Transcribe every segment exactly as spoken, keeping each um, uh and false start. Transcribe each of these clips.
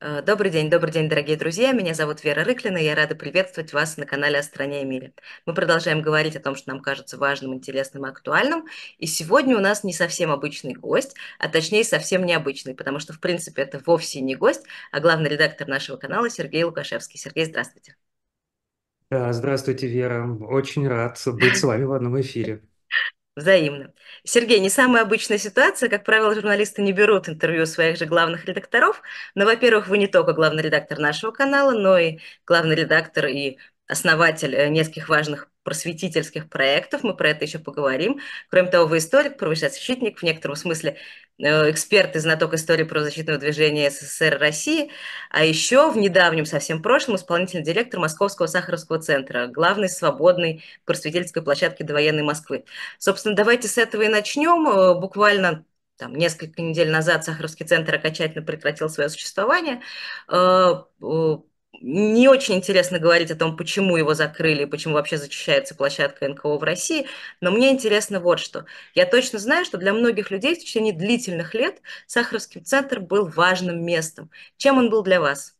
Э, Добрый день, добрый день, дорогие друзья. Меня зовут Вера Рыклина, и я рада приветствовать вас на канале «О стране и мире». Мы продолжаем говорить о том, что нам кажется важным, интересным и актуальным. И сегодня у нас не совсем обычный гость, а точнее совсем необычный, потому что, в принципе, это вовсе не гость, а главный редактор нашего канала Сергей Лукашевский. Сергей, здравствуйте. Да, здравствуйте, Вера. Очень рад быть с вами в одном эфире. Взаимно. Сергей, не самая обычная ситуация. Как правило, журналисты не берут интервью у своих же главных редакторов. Но, во-первых, вы не только главный редактор нашего канала, но и главный редактор и основатель э, нескольких важных просветительских проектов. Мы про это еще поговорим. Кроме того, вы историк, правозащитник, в некотором смысле э, эксперт и знаток истории правозащитного движения СССР и России. А еще в недавнем совсем прошлом исполнительный директор Московского Сахаровского центра, главной свободной просветительской площадки довоенной Москвы. Собственно, давайте с этого и начнем. Э, Буквально там, несколько недель назад Сахаровский центр окончательно прекратил свое существование. Э, э, Не очень интересно говорить о том, почему его закрыли и почему вообще зачищается площадка эн ка о в России, но мне интересно вот что. Я точно знаю, что для многих людей в течение длительных лет Сахаровский центр был важным местом. Чем он был для вас?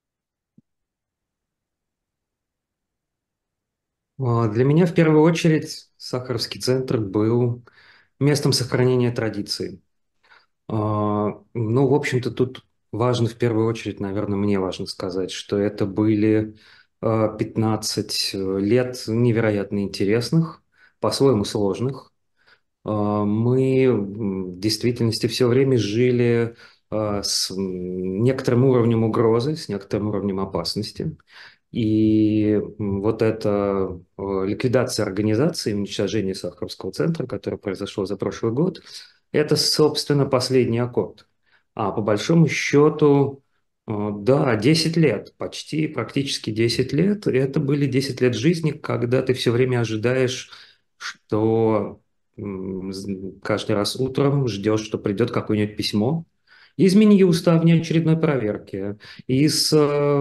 А, Для меня в первую очередь Сахаровский центр был местом сохранения традиций. А, Ну, в общем-то, тут важно в первую очередь, наверное, мне важно сказать, что это были а, пятнадцать лет невероятно интересных, по-своему сложных. А, Мы м, в действительности все время жили а, с м, некоторым уровнем угрозы, с некоторым уровнем опасности. И м, вот эта э, ликвидация организации, уничтожение Сахаровского центра, которое произошло за прошлый год, это, собственно, последний аккорд. А по большому счету, э, да, десять лет, почти практически десять лет, это были десять лет жизни, когда ты все время ожидаешь, что м, з- каждый раз утром ждешь, что придет какое-нибудь письмо, измени устав внеочередной проверки из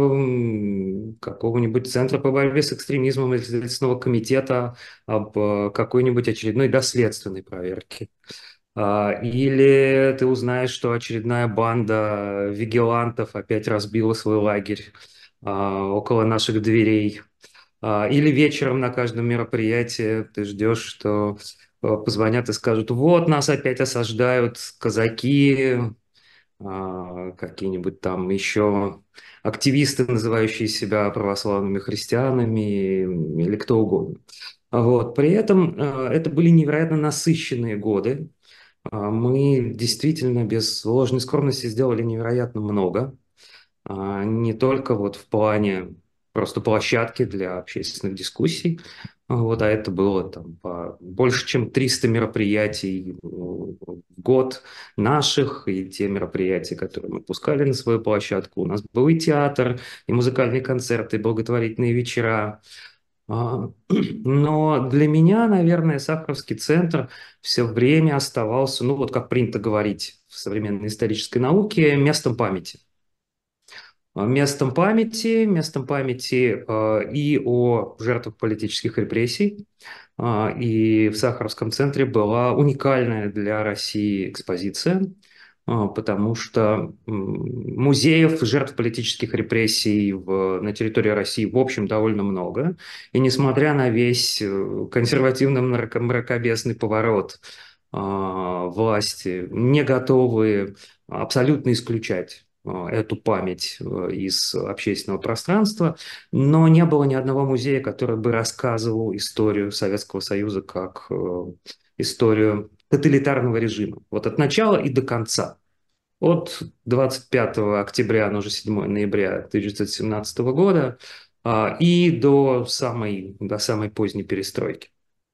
э, какого-нибудь Центра по борьбе с экстремизмом или Следственного комитета об э, какой-нибудь очередной доследственной проверке. А, Или ты узнаешь, что очередная банда вигилантов опять разбила свой лагерь а, около наших дверей. А, Или вечером на каждом мероприятии ты ждешь, что э, позвонят и скажут, вот нас опять осаждают казаки, а, какие-нибудь там еще активисты, называющие себя православными христианами или кто угодно. Вот. При этом э, это были невероятно насыщенные годы. А, Мы действительно без ложной скромности сделали невероятно много. А, Не только вот в плане просто площадки для общественных дискуссий, а вот, а это было там по- больше, чем триста мероприятий э, в год наших, и те мероприятия, которые мы пускали на свою площадку. У нас был и театр, и музыкальные концерты, и благотворительные вечера. А, Но для меня, наверное, Сахаровский центр все время оставался, ну вот как принято говорить в современной исторической науке, местом памяти. А, Местом памяти, местом памяти э, и о жертвах политических репрессий. А, И в Сахаровском центре была уникальная для России экспозиция, а, потому что м, музеев жертв политических репрессий в- на территории России, в общем, довольно много. И несмотря на весь э, консервативно-мракобесный поворот а, власти, не готовы абсолютно исключать а, эту память э, из общественного пространства, но не было ни одного музея, который бы рассказывал историю Советского Союза как э, историю тоталитарного режима. Вот от начала и до конца. От двадцать пятого октября, ну уже седьмого ноября тысяча девятьсот семнадцатого года а, и до самой, до самой поздней перестройки.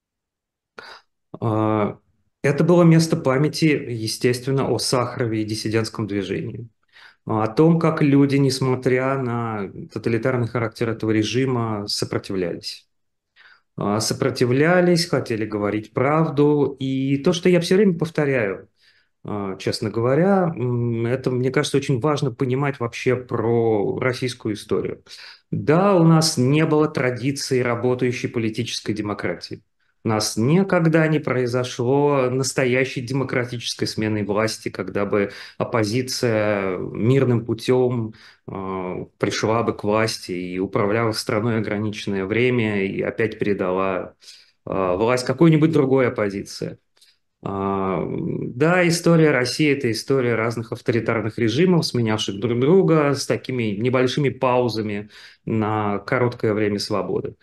А, Это было место памяти, естественно, о Сахарове и диссидентском движении. О том, как люди, несмотря на тоталитарный характер этого режима, сопротивлялись. А, Сопротивлялись, хотели говорить правду. И то, что я все время повторяю, а, честно говоря, м, это, мне кажется, очень важно понимать вообще про российскую историю. Да, у нас не было традиции работающей политической демократии. У нас никогда не произошло настоящей демократической смены власти, когда бы оппозиция мирным путем э, пришла бы к власти и управляла страной ограниченное время и опять передала э, власть какой-нибудь другой оппозиции. А, Да, история России– это история разных авторитарных режимов, сменявших друг друга, с такими небольшими паузами на короткое время свободы.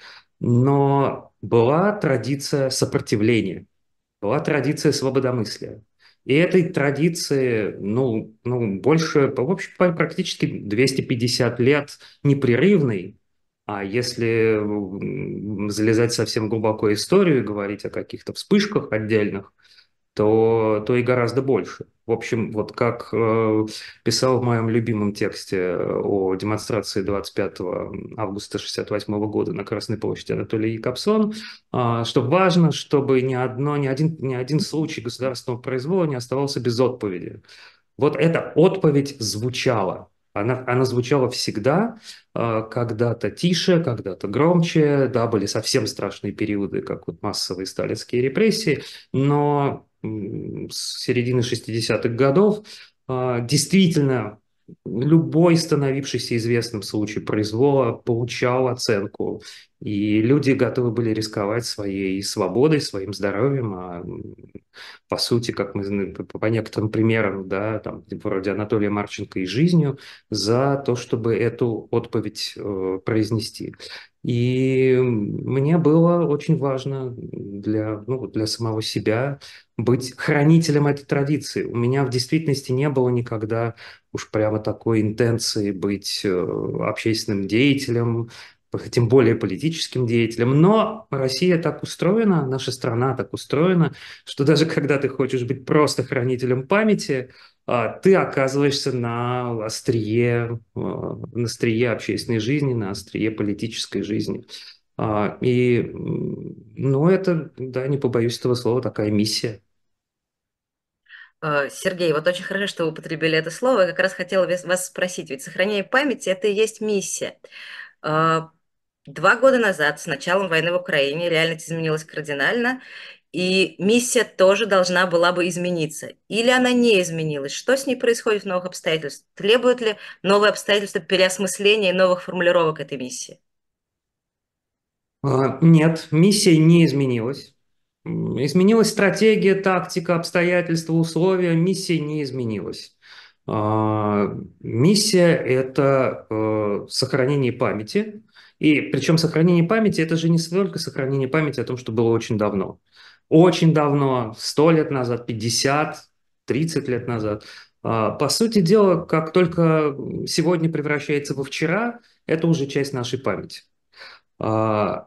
Но была традиция сопротивления, была традиция свободомыслия. И этой традиции, ну, ну больше, в общем, практически двести пятьдесят лет непрерывной. А если м, залезать совсем глубоко в историю и говорить о каких-то вспышках отдельных, то, то и гораздо больше. В общем, вот как э, писал в моем любимом тексте о демонстрации двадцать пятого августа шестьдесят восьмого года на Красной площади Анатолий Якобсон, э, что важно, чтобы ни, одно, ни, один, ни один случай государственного произвола не оставался без отповеди. Вот эта отповедь звучала. Она, она звучала всегда, э, когда-то тише, когда-то громче. Да, были совсем страшные периоды, как вот массовые сталинские репрессии, но м, с середины шестидесятых годов э, действительно любой становившийся известным случай произвола получал оценку, и люди готовы были рисковать своей свободой, своим здоровьем, а по сути, как мы знаем, по по некоторым примерам, да, там, вроде Анатолия Марченко и жизнью, за то, чтобы эту отповедь э, произнести. И мне было очень важно для, ну, вот для самого себя быть хранителем этой традиции. У меня в действительности не было никогда уж прямо такой интенции быть э, общественным деятелем, тем более политическим деятелем. Но Россия так устроена, наша страна так устроена, что даже когда ты хочешь быть просто хранителем памяти, а, ты оказываешься на острие, а, на острие общественной жизни, на острие политической жизни. А, И, м, ну, это, да, не побоюсь этого слова, такая миссия. Э, Сергей, вот очень хорошо, что вы употребили это слово. Я как раз хотела вас вас спросить, ведь сохранение памяти– это и есть миссия. Э, Два года назад, с началом войны в Украине, реальность изменилась кардинально, и миссия тоже должна была бы измениться. Или она не изменилась? Что с ней происходит в новых обстоятельствах? Требуют ли новые обстоятельства переосмысления и новых формулировок этой миссии? А, Нет, миссия не изменилась. М, Изменилась стратегия, тактика, обстоятельства, условия. Миссия не изменилась. А, Миссия– это э, сохранение памяти. И причем сохранение памяти– это же не только сохранение памяти о том, что было очень давно. Очень давно, сто лет назад, пятьдесят, тридцать лет назад. А, По сути дела, как только сегодня превращается во вчера, это уже часть нашей памяти. А,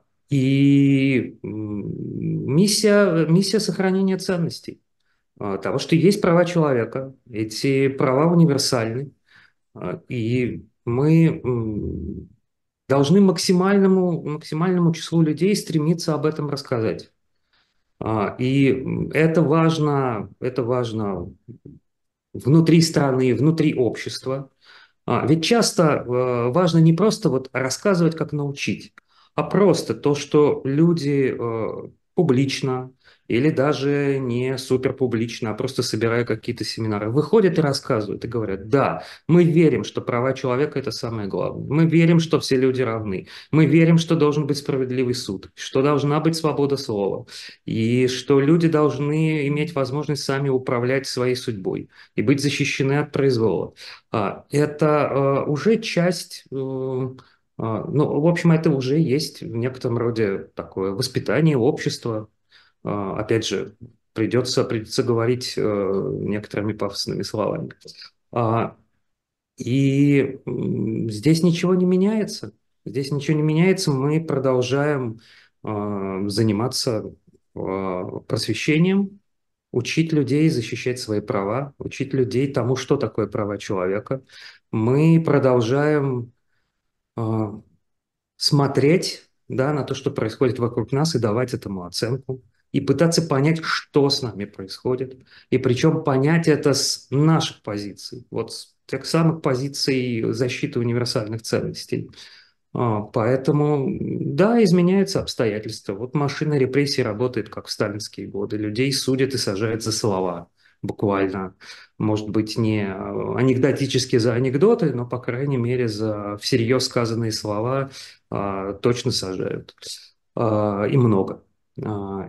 И м, миссия, миссия сохранения ценностей, а, того, что есть права человека, эти права универсальны, а, и мы м, должны максимальному, максимальному числу людей стремиться об этом рассказать. А, И м, это важно, это важно внутри страны, внутри общества. А, ведь часто э, важно не просто вот рассказывать, как научить, а просто то, что люди э, публично или даже не супер публично, а просто собирая какие-то семинары, выходят и рассказывают, и говорят: да, мы верим, что права человека– это самое главное. Мы верим, что все люди равны. Мы верим, что должен быть справедливый суд, что должна быть свобода слова, и что люди должны иметь возможность сами управлять своей судьбой и быть защищены от произвола. А, Это э, уже часть, э, а, ну, в общем, это уже есть в некотором роде такое воспитание общества. А, Опять же, придется, придется говорить э, некоторыми пафосными словами. А, И м, здесь ничего не меняется. Здесь ничего не меняется. Мы продолжаем э, заниматься э, просвещением, учить людей защищать свои права, учить людей тому, что такое права человека. Мы продолжаем э, смотреть, да, на то, что происходит вокруг нас, и давать этому оценку, и пытаться понять, что с нами происходит, и причем понять это с наших позиций, вот с тех самых позиций защиты универсальных ценностей. А, Поэтому, да, изменяются обстоятельства. Вот машина репрессий работает, как в сталинские годы. Людей судят и сажают за слова, буквально. Может быть, не а, анекдотически за анекдоты, но, по крайней мере, за всерьез сказанные слова а, точно сажают. А, и много. А,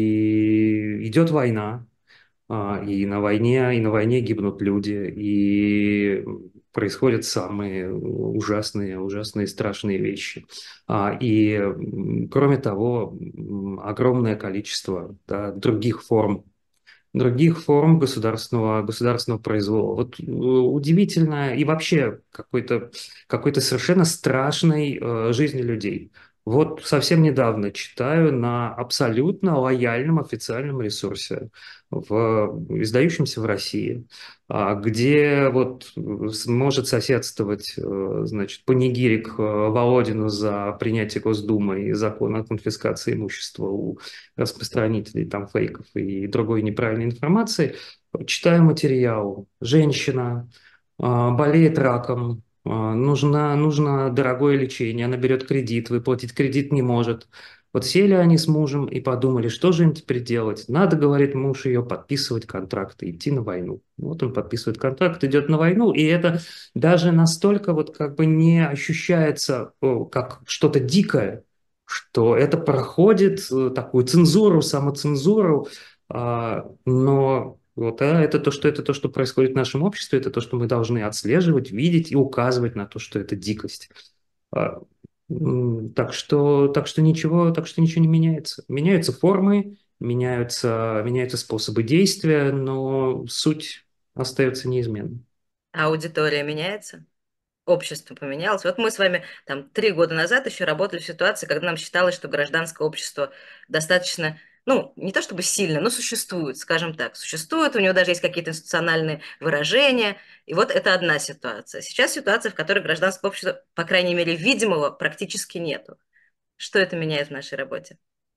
и идет война. А, И на войне, и на войне гибнут люди, и происходят самые ужасные, ужасные, страшные вещи. А, И, м, кроме того, м, огромное количество, да, других форм других форм государственного, государственного произвола. Вот э, удивительно и вообще какой-то какой-то совершенно страшной э, жизни людей. Вот совсем недавно читаю на абсолютно лояльном официальном ресурсе, в, издающемся в России, а, где вот с- может соседствовать, э, значит, панигирик э, Володину за принятие Госдумы и закона о конфискации имущества у распространителей там фейков и другой неправильной информации. Читаю материал. Женщина а, болеет раком, а, нужно, нужно дорогое лечение, она берет кредит, выплатить кредит не может. Вот сели они с мужем и подумали, что же им теперь делать. Надо, говорит муж ее, подписывать контракт и идти на войну. Вот он подписывает контракт, идет на войну, и это даже настолько вот как бы не ощущается о, как что-то дикое, что это проходит э, такую цензуру, самоцензуру, а, но вот, а, это то, что это то, что происходит в нашем обществе, это то, что мы должны отслеживать, видеть и указывать на то, что это дикость. А, м, Так что, так что ничего, так что ничего не меняется. Меняются формы, меняются, меняются способы действия, но суть остается неизменной. А аудитория меняется? Общество поменялось. Вот мы с вами там три года назад еще работали в ситуации, когда нам считалось, что гражданское общество достаточно, ну, не то чтобы сильно, но существует, скажем так. Существует, у него даже есть какие-то институциональные выражения. И вот это одна ситуация. Сейчас ситуация, в которой гражданского общества, по крайней мере, видимого практически нету. Что это меняет в нашей работе?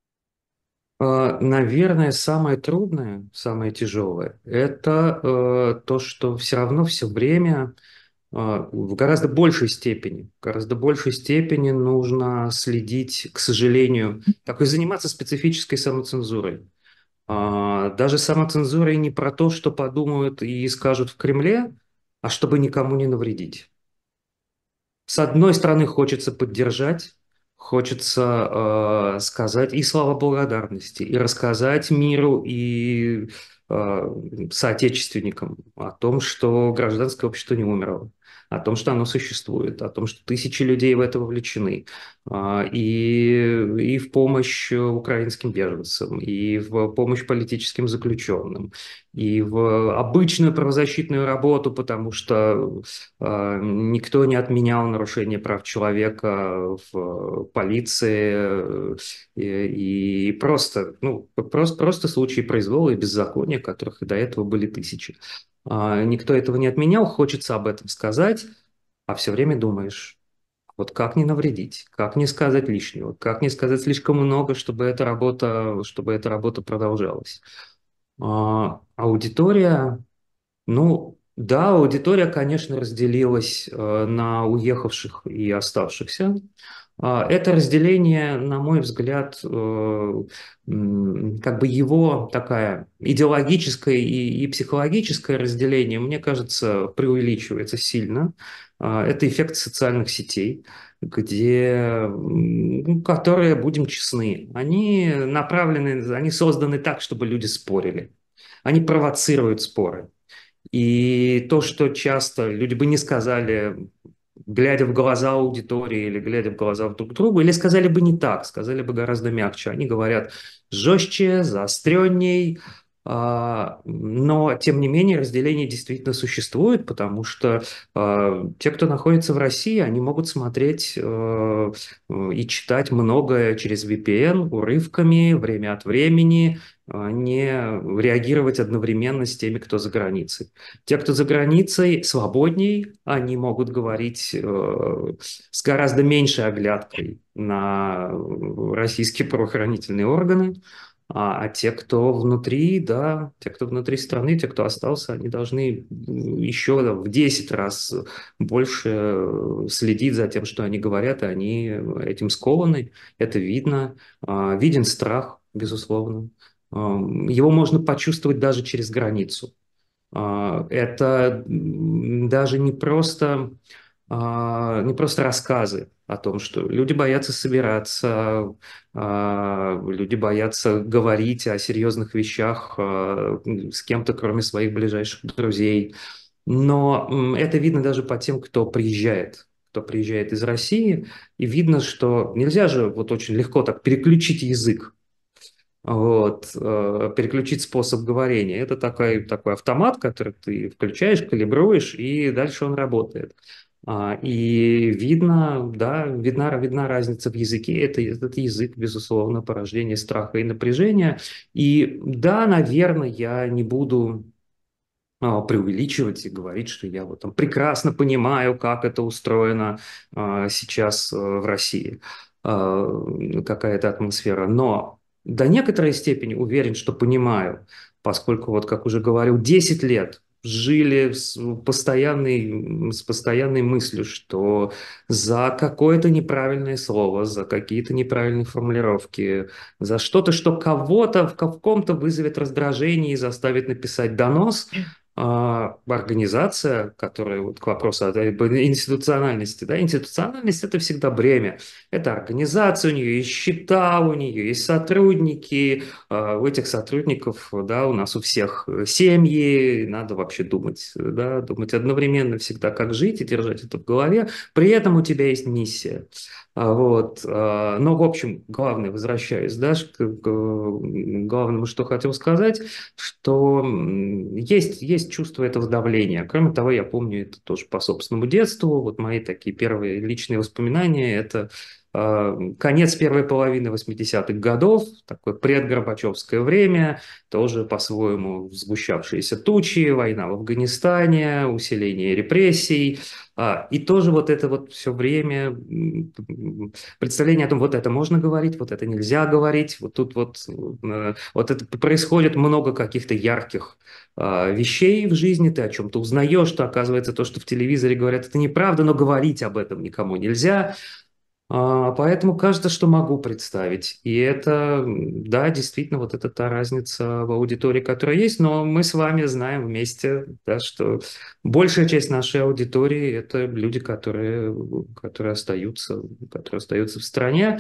А, Наверное, самое трудное, самое тяжелое, это э, то, что все равно все время а, в гораздо большей степени, в гораздо большей степени нужно следить, к сожалению, такой заниматься специфической самоцензурой. А, Даже самоцензурой не про то, что подумают и скажут в Кремле, а чтобы никому не навредить. С одной стороны, хочется поддержать, хочется э, сказать и слова благодарности, и рассказать миру и э, соотечественникам о том, что гражданское общество не умерло, о том, что оно существует, о том, что тысячи людей в это вовлечены, а, и, и в помощь украинским беженцам, и в помощь политическим заключенным, и в обычную правозащитную работу, потому что а, никто не отменял нарушение прав человека в полиции, и, и просто, ну, просто, просто случаи произвола и беззакония, которых и до этого были тысячи. А, Никто этого не отменял, хочется об этом сказать, а все время думаешь, вот как не навредить, как не сказать лишнего, как не сказать слишком много, чтобы эта работа, чтобы эта работа продолжалась. А, Аудитория, ну, да, аудитория, конечно, разделилась э, на уехавших и оставшихся. А, Это разделение, на мой взгляд, э, м, как бы его такая идеологическое и, и психологическое разделение, мне кажется, преувеличивается сильно. А, Это эффект социальных сетей, где, м, ну, которые, будем честны, они направлены, они созданы так, чтобы люди спорили. Они провоцируют споры. И то, что часто люди бы не сказали, глядя в глаза аудитории или глядя в глаза друг другу, или сказали бы не так, сказали бы гораздо мягче. Они говорят жестче, заостренней, а, но, тем не менее, разделение действительно существует, потому что а, те, кто находится в России, они могут смотреть э, и читать многое через V P N, урывками, время от времени, а, не реагировать одновременно с теми, кто за границей. Те, кто за границей, свободней, они могут говорить э, с гораздо меньшей оглядкой на российские правоохранительные органы. А, а те, кто внутри, да, те, кто внутри страны, те, кто остался, они должны еще в десять раз больше э, следить за тем, что они говорят, и они этим скованы, это видно. А, виден страх, безусловно. А, его можно почувствовать даже через границу. А, Это м, даже не просто, а, не просто рассказы о том, что люди боятся собираться, а, люди боятся говорить о серьезных вещах а, с кем-то, кроме своих ближайших друзей. Но м, это видно даже по тем, кто приезжает, кто приезжает из России, и видно, что нельзя же вот очень легко так переключить язык, вот, э, переключить способ говорения. Это такой, такой автомат, который ты включаешь, калибруешь, и дальше он работает. А, И видно, да, видна, видна разница в языке. Это, этот язык, безусловно, порождение страха и напряжения. И да, наверное, я не буду а, преувеличивать и говорить, что я вот там прекрасно понимаю, как это устроено а, сейчас а, в России, а, какая-то атмосфера. Но до некоторой степени уверен, что понимаю, поскольку, вот как уже говорил, десять лет жили с постоянной, с постоянной мыслью, что за какое-то неправильное слово, за какие-то неправильные формулировки, за что-то, что кого-то в каком-то вызовет раздражение и заставит написать донос, а, организация, которая вот к вопросу о институциональности, да, институциональность – это всегда бремя. Это организация, у нее есть счета, у нее есть сотрудники, а, у этих сотрудников, да, у нас у всех семьи, надо вообще думать, да, думать одновременно всегда, как жить и держать это в голове. При этом у тебя есть миссия. А, Вот. а, Но, в общем, главное, возвращаясь, да, к к главному, что хотел сказать, что м, есть, есть чувство этого давления. Кроме того, я помню это тоже по собственному детству. Вот мои такие первые личные воспоминания – это э, конец первой половины восьмидесятых годов, такое предгорбачевское время, тоже по-своему сгущавшиеся тучи, война в Афганистане, усиление репрессий. А, и тоже вот это вот все время м, представление о том, вот это можно говорить, вот это нельзя говорить, вот тут вот, э, вот это происходит много каких-то ярких а, вещей в жизни, ты о чем-то узнаешь, что оказывается то, что в телевизоре говорят, это неправда, но говорить об этом никому нельзя. А, Поэтому кажется, что могу представить. И это, м, да, действительно, вот это та разница в аудитории, которая есть, но мы с вами знаем вместе, да, что большая часть нашей аудитории – это люди, которые, которые остаются, которые остаются в стране.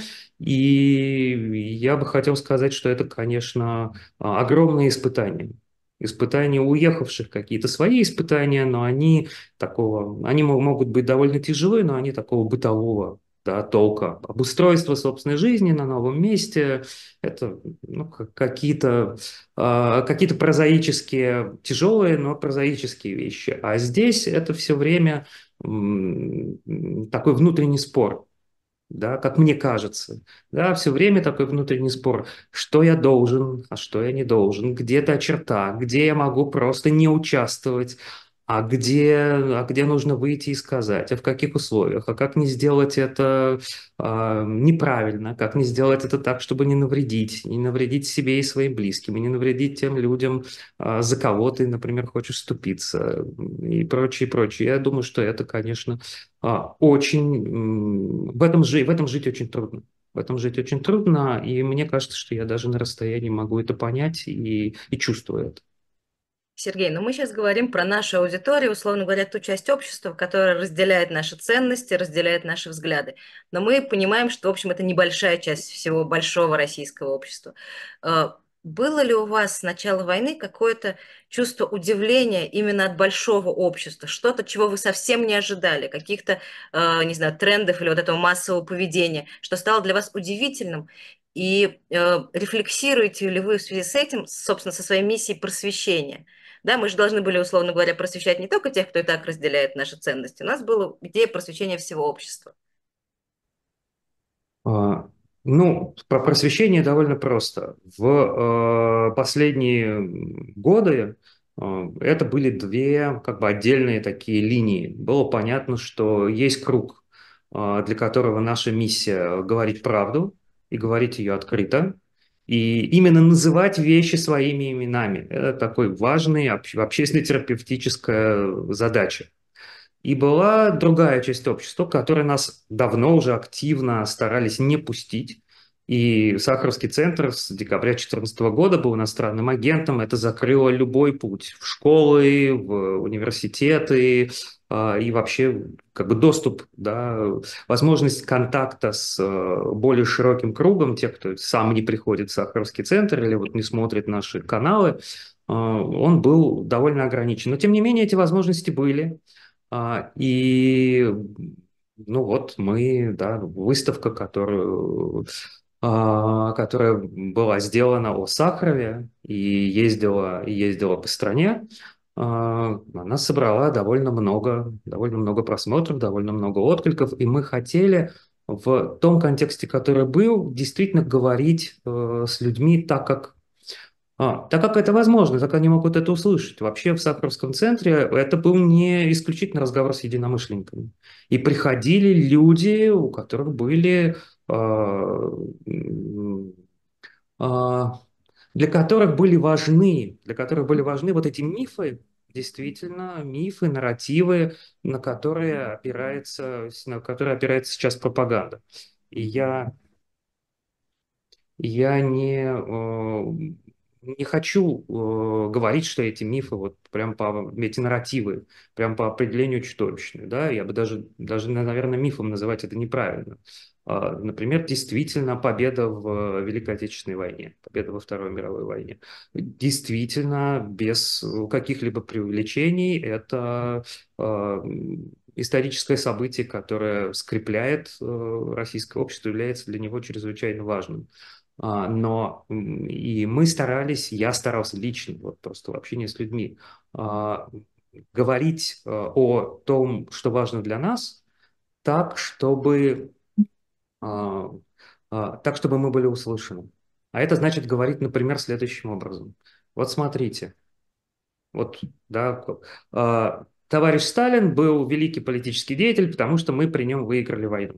И я бы хотел сказать, что это, конечно, а, огромные испытания. Испытания уехавших, какие-то свои испытания, но они такого, они мо- могут быть довольно тяжелые, но они такого бытового, да, толка. Обустройство собственной жизни на новом месте – это ну, как- какие-то а, какие-то прозаические, тяжелые, но прозаические вещи. А здесь это все время м, такой внутренний спор, да, как мне кажется, да, все время такой внутренний спор, что я должен, а что я не должен, где та черта, где я могу просто не участвовать, а где, а где нужно выйти и сказать, а в каких условиях, а как не сделать это а, неправильно, как не сделать это так, чтобы не навредить, не навредить себе и своим близким, и не навредить тем людям, а, за кого ты, например, хочешь вступиться, и прочее, прочее. Я думаю, что это, конечно, а, очень м, в этом жи- в этом жить очень трудно. В этом жить очень трудно, и мне кажется, что я даже на расстоянии могу это понять и, и чувствую это. Сергей, ну мы сейчас говорим про нашу аудиторию, условно говоря, ту часть общества, которая разделяет наши ценности, разделяет наши взгляды. Но мы понимаем, что, в общем, это небольшая часть всего большого российского общества. Э, Было ли у вас с начала войны какое-то чувство удивления именно от большого общества? Что-то, чего вы совсем не ожидали? Каких-то, э, не знаю, трендов или вот этого массового поведения, что стало для вас удивительным? И э, рефлексируете ли вы в связи с этим, собственно, со своей миссией просвещения? Да, мы же должны были, условно говоря, просвещать не только тех, кто и так разделяет наши ценности. У нас была идея просвещения всего общества. А, Ну, про просвещение довольно просто. В э, последние годы э, это были две как бы отдельные такие линии. Было понятно, что есть круг, э, для которого наша миссия говорить правду и говорить ее открыто. И именно называть вещи своими именами. Это такой важный обще- общественно-терапевтическая задача. И была другая часть общества, которая нас давно уже активно старались не пустить. И Сахаровский центр с декабря две тысячи четырнадцатого года был иностранным агентом. Это закрыло любой путь в школы, в университеты а, и вообще как бы доступ, да, возможность контакта с э, более широким кругом, тех, кто сам не приходит в Сахаровский центр или вот не смотрит наши каналы, а, он был довольно ограничен. Но тем не менее эти возможности были. А, И, ну вот мы, да, выставка, которую, а, которая была сделана о Сахарове и ездила, и ездила по стране, а, она собрала довольно много, довольно много просмотров, довольно много откликов, и мы хотели в том контексте, который был, действительно говорить э, с людьми так, как а, так как это возможно, так они могут это услышать. Вообще в Сахаровском центре это был не исключительно разговор с единомышленниками. И приходили люди, у которых были, а, м, а, для которых были важны, для которых были важны вот эти мифы, действительно, мифы, нарративы, на которые опирается, на которые опирается сейчас пропаганда. И я я не, э, не хочу э, говорить, что эти мифы, вот прям по, эти нарративы, прям по определению чудовищные, да, я бы даже, даже, наверное, мифом называть это неправильно. А, Например, действительно победа в Великой Отечественной войне, победа во Второй мировой войне. Действительно, без каких-либо преувеличений, это э, историческое событие, которое скрепляет э, российское общество, является для него чрезвычайно важным. А, Но м, и мы старались, я старался лично, вот просто в общении с людьми, а, говорить э, о том, что важно для нас, так, чтобы, а, а, так, чтобы мы были услышаны. А это значит говорить, например, следующим образом. Вот смотрите, вот, да, а, товарищ Сталин был великий политический деятель, потому что мы при нем выиграли войну.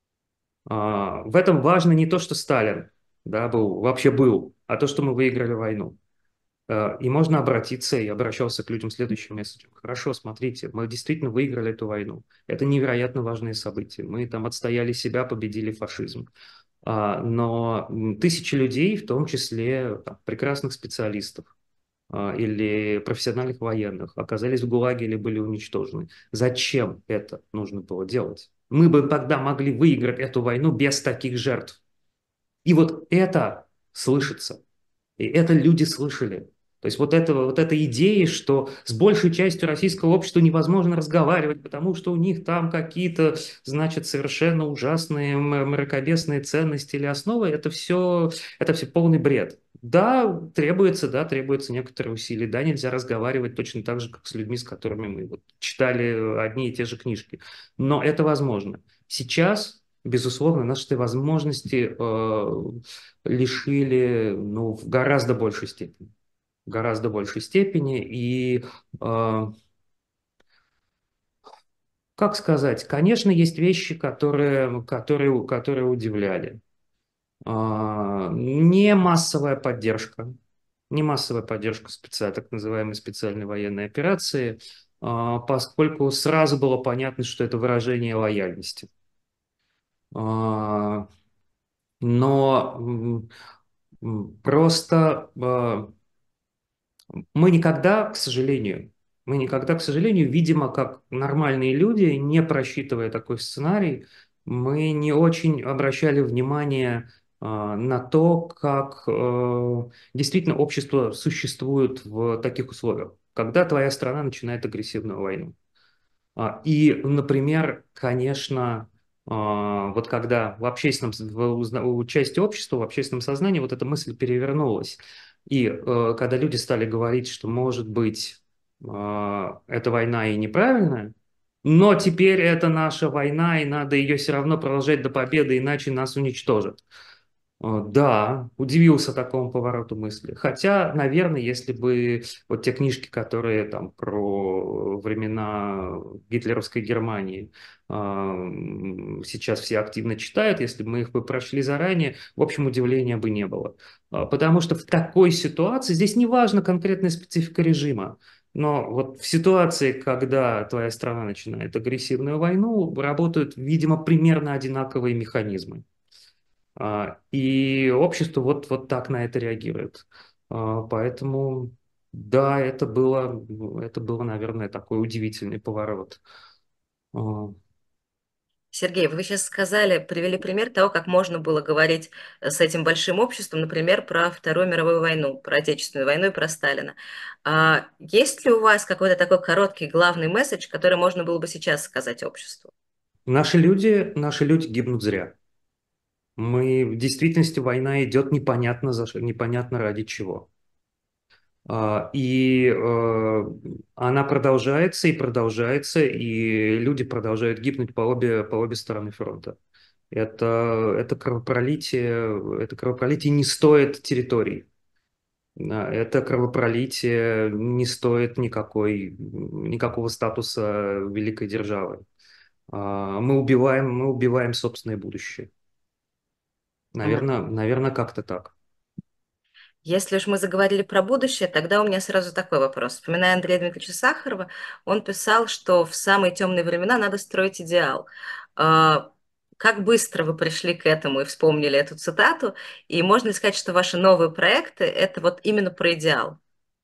А, В этом важно не то, что Сталин, да, был, вообще был, а то, что мы выиграли войну. А, И можно обратиться, я обращался к людям следующим месседжем. Хорошо, смотрите, мы действительно выиграли эту войну. Это невероятно важные события. Мы там отстояли себя, победили фашизм. А, Но м, тысячи людей, в том числе там, прекрасных специалистов, а, или профессиональных военных оказались в ГУЛАГе или были уничтожены. Зачем это нужно было делать? Мы бы тогда могли выиграть эту войну без таких жертв. И вот это слышится. И это люди слышали. То есть вот, это, вот эта идея, что с большей частью российского общества невозможно разговаривать, потому что у них там какие-то, значит, совершенно ужасные м- мракобесные ценности или основы, это все, это все полный бред. Да, требуется, да, требуется некоторые усилия. Да, нельзя разговаривать точно так же, как с людьми, с которыми мы вот читали одни и те же книжки. Но это возможно. Сейчас, безусловно, наши этой возможности э, лишили, ну, в гораздо большей степени. В гораздо большей степени. И, э, как сказать, конечно, есть вещи, которые, которые, которые удивляли. А, не массовая поддержка, не массовая поддержка специ... так называемой специальной военной операции, а, поскольку сразу было понятно, что это выражение лояльности. А, но м, м, просто а, Мы никогда, к сожалению, мы никогда, к сожалению, видимо, как нормальные люди, не просчитывая такой сценарий, мы не очень обращали внимание а, на то, как э, действительно общество существует в таких условиях, когда твоя страна начинает агрессивную войну. А, И, например, конечно, а, вот когда в общественном, с- в узна- у части общества, в общественном сознании вот эта мысль перевернулась, и э, когда люди стали говорить, что, может быть, а, эта война и неправильная, но теперь это наша война, и надо ее все равно продолжать до победы, иначе нас уничтожат. Э, Да, удивился такому повороту мысли. Хотя, наверное, если бы вот те книжки, которые там про времена гитлеровской Германии а, м, сейчас все активно читают, если бы мы их бы прошли заранее, в общем, удивления бы не было. А, Потому что в такой ситуации, здесь не важна конкретная специфика режима, но вот в ситуации, когда твоя страна начинает агрессивную войну, работают, видимо, примерно одинаковые механизмы. А, И общество вот, вот так на это реагирует. А, Поэтому, да, это было, это было, наверное, такой удивительный поворот. А, Сергей, вы сейчас сказали, привели пример того, как можно было говорить э, с этим большим обществом, например, про Вторую мировую войну, про Отечественную войну и про Сталина. А есть ли у вас какой-то такой короткий главный месседж, который можно было бы сейчас сказать обществу? Наши люди, наши люди гибнут зря. Мы, в действительности война идет непонятно, за, ш- непонятно ради чего. А, И э, она продолжается и продолжается, и люди продолжают гибнуть по обе, по обе стороны фронта. Это, это кровопролитие, это кровопролитие не стоит территорий. Да, это кровопролитие не стоит никакой, никакого статуса великой державы. А, Мы убиваем, мы убиваем собственное будущее. Наверное, наверное, как-то так. Если уж мы заговорили про будущее, тогда у меня сразу такой вопрос. Вспоминая Андрея Дмитриевича Сахарова, он писал, что в самые темные времена надо строить идеал. А, Как быстро вы пришли к этому и вспомнили эту цитату? И можно ли сказать, что ваши новые проекты– это вот именно про идеал?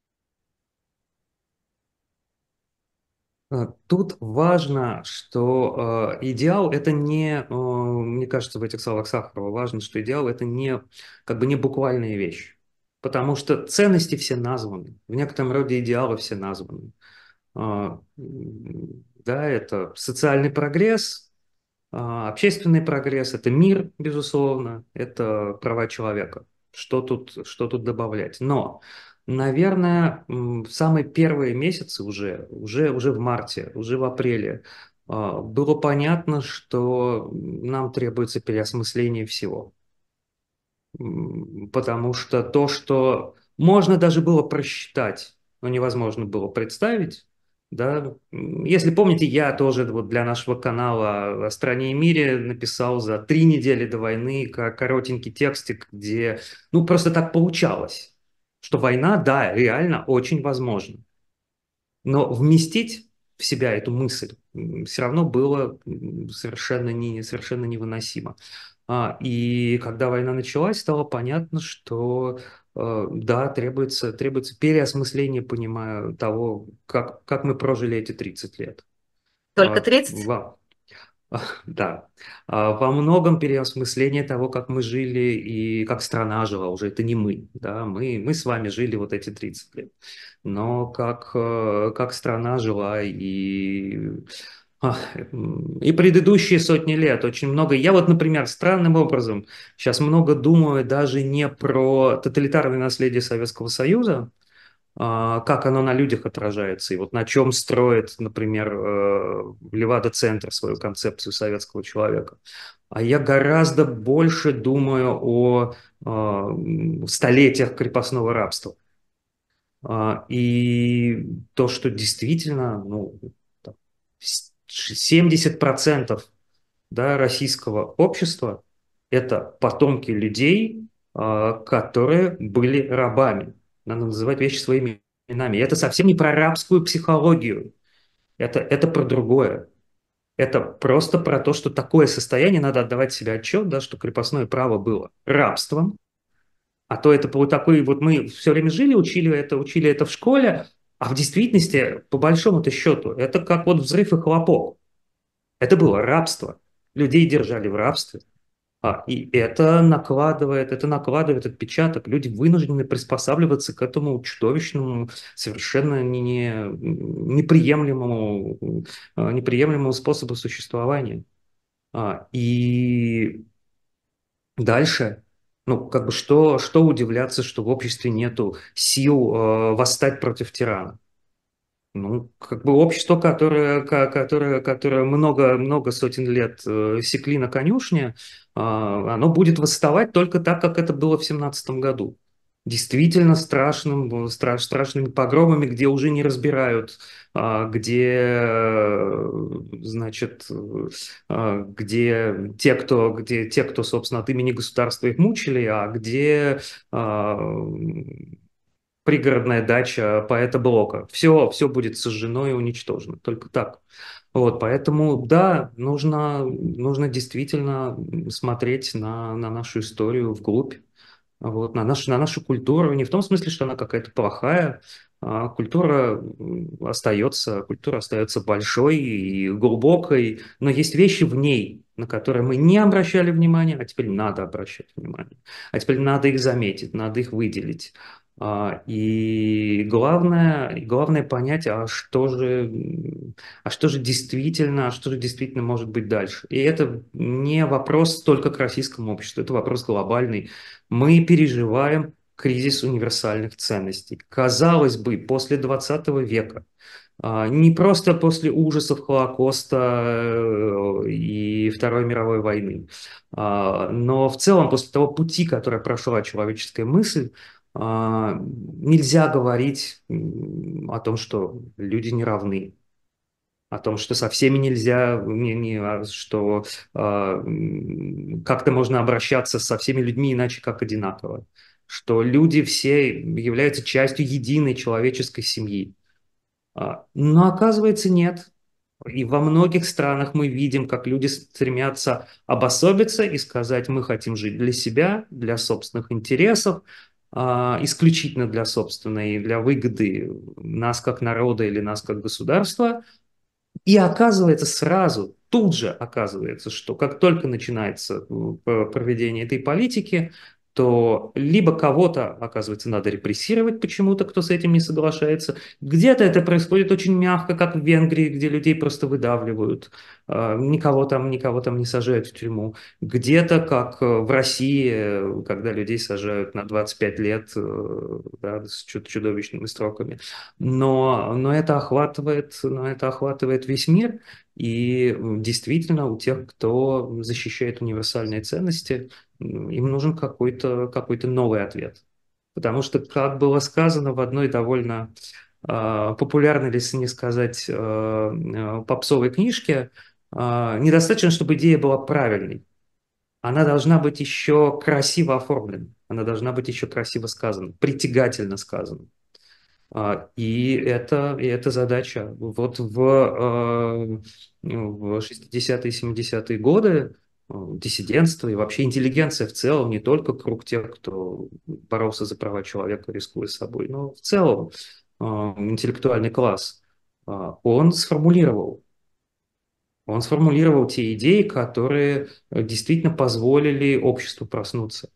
А, Тут важно, что э, идеал это не, э, мне кажется, в этих словах Сахарова важно, что идеал это не как бы не буквальная вещь, потому что ценности все названы, в некотором роде идеалы все названы. А, м, Да, это социальный прогресс, а, общественный прогресс, это мир, безусловно, это права человека. Что тут, что тут добавлять? Но, наверное, м, в самые первые месяцы уже, уже, уже в марте, уже в апреле, а, было понятно, что нам требуется переосмысление всего. М, Потому что то, что можно даже было просчитать, но невозможно было представить, да. М, Если помните, я тоже вот для нашего канала о стране и мире написал за три недели до войны ко- коротенький текстик, где, ну, просто так получалось, что война, да, реально очень возможна. Но вместить в себя эту мысль все равно было м, совершенно, не, совершенно невыносимо. А, и когда война началась, стало понятно, что э, да, требуется, требуется переосмысление, понимаю, того, как, как мы прожили эти тридцать лет. Только А, тридцать? ва- да. А, Во многом переосмысление того, как мы жили и как страна жила уже. Это не мы, да, мы, мы с вами жили вот эти тридцать лет. Но как, э, как страна жила и, а, м, и предыдущие сотни лет очень много. Я вот, например, странным образом сейчас много думаю даже не про тоталитарное наследие Советского Союза, а, как оно на людях отражается, и вот на чем строит, например, э, Левада-центр свою концепцию советского человека. А я гораздо больше думаю о э, м, столетиях крепостного рабства. А, И то, что действительно, ну, там, с- семьдесят процентов, да, российского общества– это потомки людей, а, которые были рабами. Надо называть вещи своими именами. И это совсем не про рабскую психологию. Это, это про другое. Это просто про то, что такое состояние, надо отдавать себе отчет, да, что крепостное право было рабством, а то это вот такой, вот мы все время жили, учили это, учили это в школе, а в действительности, по большому-то счету, это как вот взрыв и хлопок. Это было рабство. Людей держали в рабстве. А, и это накладывает, это накладывает отпечаток. Люди вынуждены приспосабливаться к этому чудовищному, совершенно не, не- неприемлемому, э, неприемлемому способу существования. А, и дальше, ну, как бы что, что удивляться, что в обществе нету сил э, восстать против тирана. Ну, как бы общество, которое, ко- которое, которое много, много сотен лет э, секли на конюшне, а, оно будет восставать только так, как это было в семнадцатом году. Действительно страшным, э, страш- страшными погромами, где уже не разбирают, а, где, э, значит, э, а, где те, кто, где те, кто, собственно, от имени государства их мучили, а где а, пригородная дача поэта Блока. Все, все будет сожжено и уничтожено. Только так. Вот, поэтому, да, нужно, нужно действительно смотреть на, на нашу историю вглубь, вот, на нашу, на нашу культуру. Не в том смысле, что она какая-то плохая, а культура м, остается, культура остается большой и глубокой, но есть вещи в ней, на которые мы не обращали внимания, а теперь надо обращать внимание. А теперь надо их заметить, надо их выделить. А, И главное, и главное понять, а что же, м, а что же действительно, а что же действительно может быть дальше. И это не вопрос только к российскому обществу, это вопрос глобальный. Мы переживаем кризис универсальных ценностей. Казалось бы, после двадцатого века, а, не просто после ужасов Холокоста э, и Второй мировой войны, а, но в целом после того пути, который прошла человеческая мысль, а, нельзя говорить м, о том, что люди не равны, о том, что со всеми нельзя, не, не, а что а, м, как-то можно обращаться со всеми людьми иначе, как одинаково, что люди все являются частью единой человеческой семьи. А, Но оказывается, нет. И во многих странах мы видим, как люди стремятся обособиться и сказать, мы хотим жить для себя, для собственных интересов, а, исключительно для собственной, для выгоды нас как народа или нас как государства. И оказывается сразу, тут же оказывается, что как только начинается м, п- проведение этой политики, то либо кого-то, оказывается, надо репрессировать почему-то, кто с этим не соглашается. Где-то это происходит очень мягко, как в Венгрии, где людей просто выдавливают, а, никого там, никого там не сажают в тюрьму. Где-то, как э, в России, э, когда людей сажают на двадцать пять лет, э, да, с чуд- чудовищными сроками. Но, но это охватывает, но это охватывает весь мир, и м, действительно у тех, кто защищает универсальные ценности, м, им нужен какой-то какой-то новый ответ. Потому что, как было сказано в одной довольно э, популярной, если не сказать, э, э, попсовой книжке, э, недостаточно, чтобы идея была правильной. Она должна быть еще красиво оформлена, она должна быть еще красиво сказана, притягательно сказана. А, И это, и это задача. Вот в, э, в шестидесятые и семидесятые годы э, диссидентство и вообще интеллигенция в целом, не только круг тех, кто боролся за права человека, рискуя собой, но в целом э, интеллектуальный класс, э, он сформулировал, он сформулировал те идеи, которые э, действительно позволили обществу проснуться.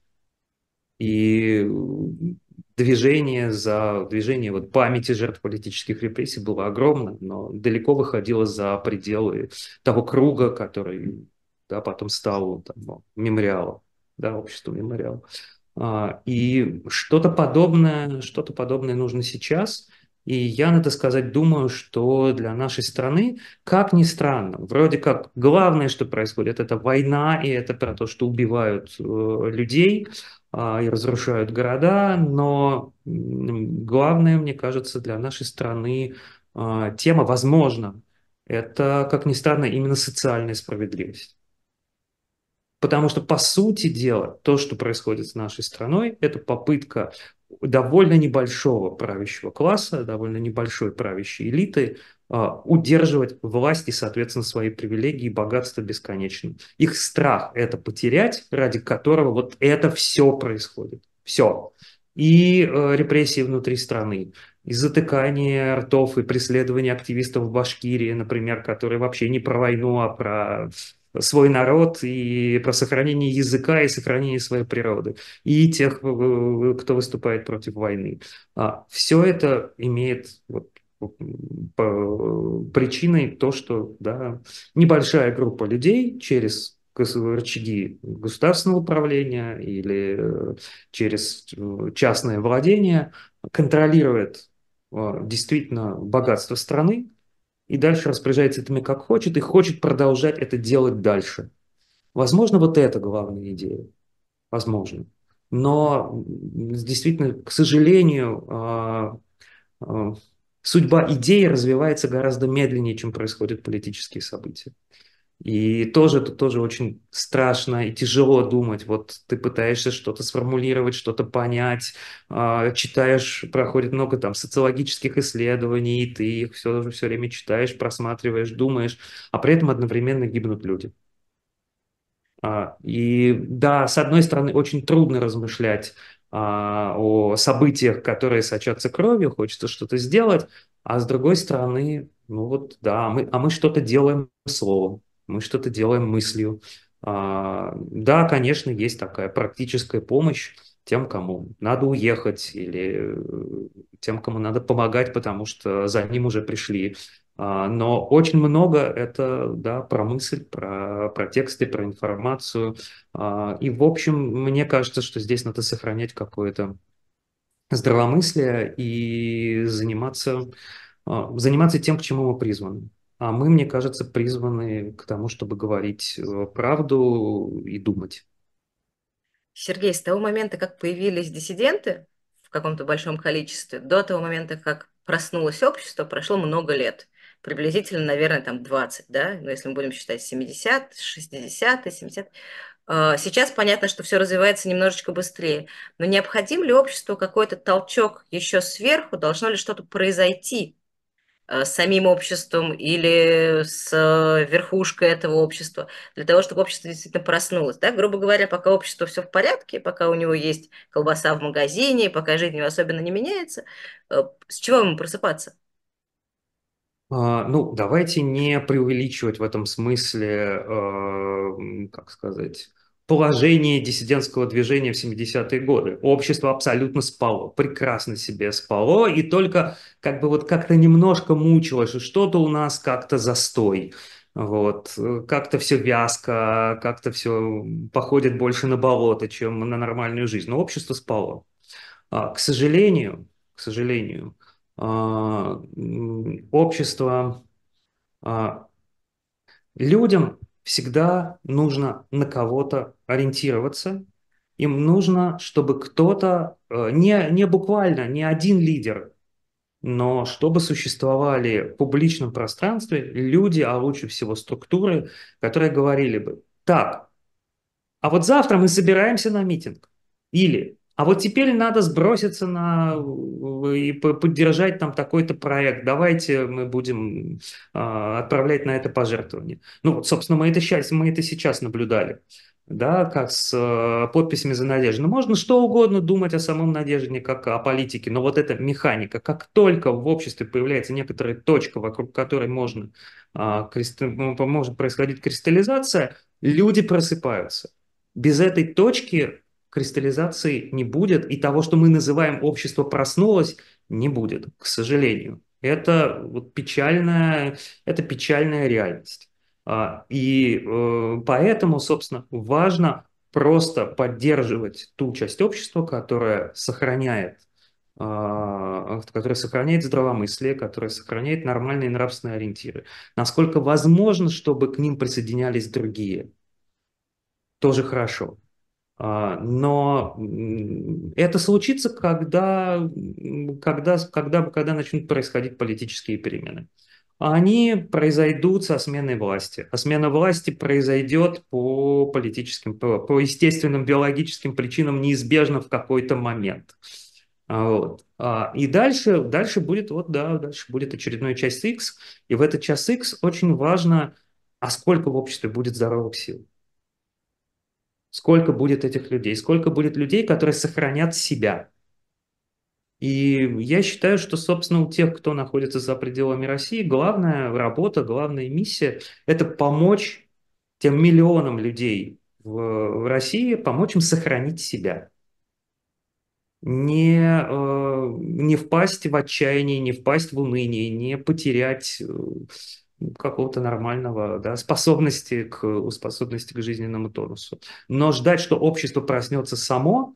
И движение за движение вот памяти жертв политических репрессий было огромно, но далеко выходило за пределы того круга, который, да, потом стал там, мемориалом, да, обществом мемориал. А, И что-то подобное, что-то подобное нужно сейчас. И я, надо сказать, думаю, что для нашей страны, как ни странно, вроде как главное, что происходит, это война, и это про то, что убивают э, людей а, и разрушают города, но м, главное, мне кажется, для нашей страны а, тема, возможно, это, как ни странно, именно социальная справедливость. Потому что, по сути дела, то, что происходит с нашей страной, это попытка довольно небольшого правящего класса, довольно небольшой правящей элиты а, удерживать власть и, соответственно, свои привилегии и богатство бесконечно. Их страх – это потерять, ради которого вот это все происходит. Все. И э, репрессии внутри страны, и затыкание ртов, и преследование активистов в Башкирии, например, которые вообще не про войну, а про свой народ и про сохранение языка и сохранение своей природы, и тех, э, кто выступает против войны. А все это имеет вот, по- причиной то, что да, небольшая группа людей через гос- рычаги государственного управления или э, через э, частное владение контролирует э, действительно богатство страны и дальше распоряжается этими как хочет и хочет продолжать это делать дальше. Возможно, вот это главная идея. Возможно. Но действительно, к сожалению, а, а, судьба идеи развивается гораздо медленнее, чем происходят политические события. И тоже это тоже очень страшно и тяжело думать. Вот ты пытаешься что-то сформулировать, что-то понять, а, читаешь, проходит много там социологических исследований, и ты их все, все время читаешь, просматриваешь, думаешь, а при этом одновременно гибнут люди. А, И да, с одной стороны, очень трудно размышлять а, о событиях, которые сочатся кровью, хочется что-то сделать, а с другой стороны, ну вот да, мы, а мы что-то делаем словом, мы что-то делаем мыслью. А, да, конечно, есть такая практическая помощь тем, кому надо уехать, или э, тем, кому надо помогать, потому что за ним уже пришли. А, Но очень много это, да, про мысль, про, про тексты, про информацию. А, И, в общем, мне кажется, что здесь надо сохранять какое-то здравомыслие и заниматься, а, заниматься тем, к чему мы призваны. А мы, мне кажется, призваны к тому, чтобы говорить э, правду и думать. Сергей, с того момента, как появились диссиденты в каком-то большом количестве, до того момента, как проснулось общество, прошло много лет. Приблизительно, наверное, там двадцать, да? Ну, если мы будем считать семидесятые, шестидесятые, семидесятые. А, Сейчас понятно, что все развивается немножечко быстрее. Но необходим ли обществу какой-то толчок еще сверху? Должно ли что-то произойти э, с самим обществом или с э, верхушкой этого общества, для того, чтобы общество действительно проснулось. Да? Грубо говоря, пока общество все в порядке, пока у него есть колбаса в магазине, пока жизнь его особенно не меняется, э, с чего ему просыпаться? А, Ну, давайте не преувеличивать в этом смысле, э, м, как сказать, положение диссидентского движения в семидесятые годы. Общество абсолютно спало, прекрасно себе спало, и только как бы вот как-то немножко мучилось, и что-то у нас как-то застой. Вот, э, как-то все вязко, как-то все походит больше на болото, чем на нормальную жизнь. Но общество спало. А, К сожалению, к сожалению, а, м, общество, а, людям всегда нужно на кого-то ориентироваться. Им нужно, чтобы кто-то, э, не, не буквально, не один лидер, но чтобы существовали в публичном пространстве люди, а лучше всего структуры, которые говорили бы: так, а вот завтра мы собираемся на митинг. Или, а вот теперь надо сброситься на и по- поддержать там такой-то проект. Давайте мы будем а, отправлять на это пожертвования. Ну, вот, собственно, мы это сейчас, мы это сейчас наблюдали. Да, как с э, подписями за Надежду. Ну, можно что угодно думать о самом Надежде, как о политике, но вот эта механика, как только в обществе появляется некоторая точка, вокруг которой можно, а, кристалл- может происходить кристаллизация, люди просыпаются. Без этой точки кристаллизации не будет, и того, что мы называем общество проснулось, не будет, к сожалению. Это вот печальная, это печальная реальность. А, И э, поэтому, собственно, важно просто поддерживать ту часть общества, которая сохраняет, а, которая сохраняет здравомыслие, которая сохраняет нормальные нравственные ориентиры. Насколько возможно, чтобы к ним присоединялись другие, тоже хорошо. А, Но м, это случится, когда, м, когда, когда, когда начнут происходить политические перемены. А Они произойдут со сменой власти. А смена власти произойдет по политическим, по, по естественным биологическим причинам неизбежно в какой-то момент. А, Вот. А, И дальше, дальше будет, вот, да, дальше будет очередной час X. И в этот час X очень важно, а сколько в обществе будет здоровых сил. Сколько будет этих людей? Сколько будет людей, которые сохранят себя? И я считаю, что, собственно, у тех, кто находится за пределами России, главная работа, главная миссия — это помочь тем миллионам людей в, в России, помочь им сохранить себя. Не, э, не впасть в отчаяние, не впасть в уныние, не потерять э, какого-то нормального, да, способности к, способности к жизненному тонусу. Но ждать, что общество проснется само,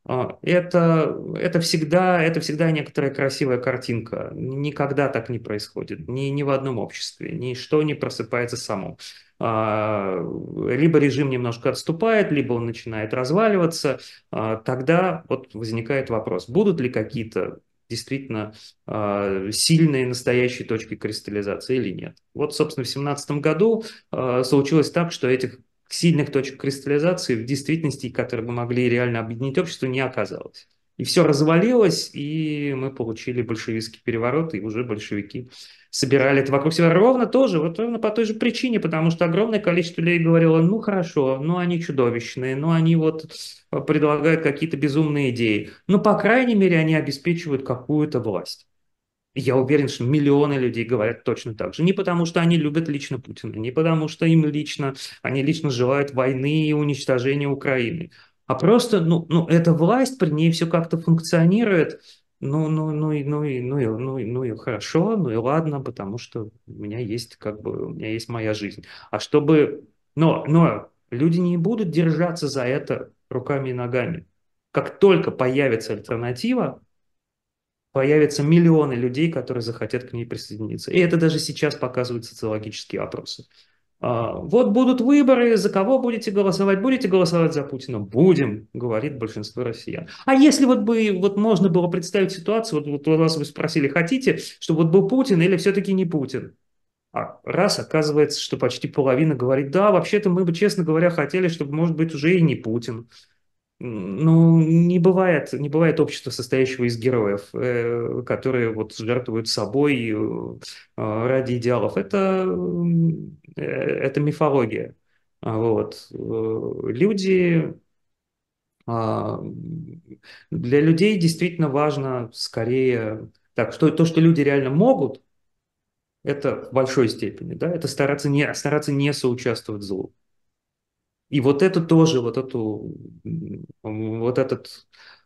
А, Это, это всегда, это всегда некоторая красивая картинка. Никогда так не происходит. Ни, ни в одном обществе. Ничто не просыпается само. А, Либо режим немножко отступает, либо он начинает разваливаться. А, Тогда вот возникает вопрос, будут ли какие-то действительно а, сильные настоящие точки кристаллизации или нет. Вот, собственно, в семнадцатом году а, случилось так, что этих сильных точек кристаллизации в действительности, которые бы могли реально объединить общество, не оказалось. И все развалилось, и мы получили большевистский переворот, и уже большевики собирали это вокруг себя ровно тоже, вот ровно по той же причине, потому что огромное количество людей говорило, ну хорошо, ну они чудовищные, ну они вот предлагают какие-то безумные идеи, но по крайней мере они обеспечивают какую-то власть. Я уверен, что миллионы людей говорят точно так же. Не потому, что они любят лично Путина, не потому, что им лично, они лично желают войны и уничтожения Украины, а просто, ну, ну эта власть, при ней все как-то функционирует. Ну, ну, ну, и, ну, и, ну, и, ну, и, ну и хорошо, ну и ладно, потому что у меня есть, как бы, у меня есть моя жизнь. А чтобы, но, но люди не будут держаться за это руками и ногами. Как только появится альтернатива, появятся миллионы людей, которые захотят к ней присоединиться. И это даже сейчас показывают социологические опросы. А, Вот будут выборы, за кого будете голосовать? Будете голосовать за Путина? Будем, говорит большинство россиян. А если вот бы вот можно было представить ситуацию, вот, вот вас вы спросили, хотите, чтобы вот был Путин или все-таки не Путин? А раз оказывается, что почти половина говорит, да, вообще-то мы бы, честно говоря, хотели, чтобы, может быть, уже и не Путин. Ну, не бывает, не бывает общества, состоящего из героев, э, которые вот жертвуют собой э, ради идеалов. Это, э, это мифология. А Вот. Э, Люди, а, для людей действительно важно скорее, так, что, то, что люди реально могут, это в большой степени, да, это стараться не, стараться не соучаствовать в злу. И вот это тоже, вот эту, м, вот этот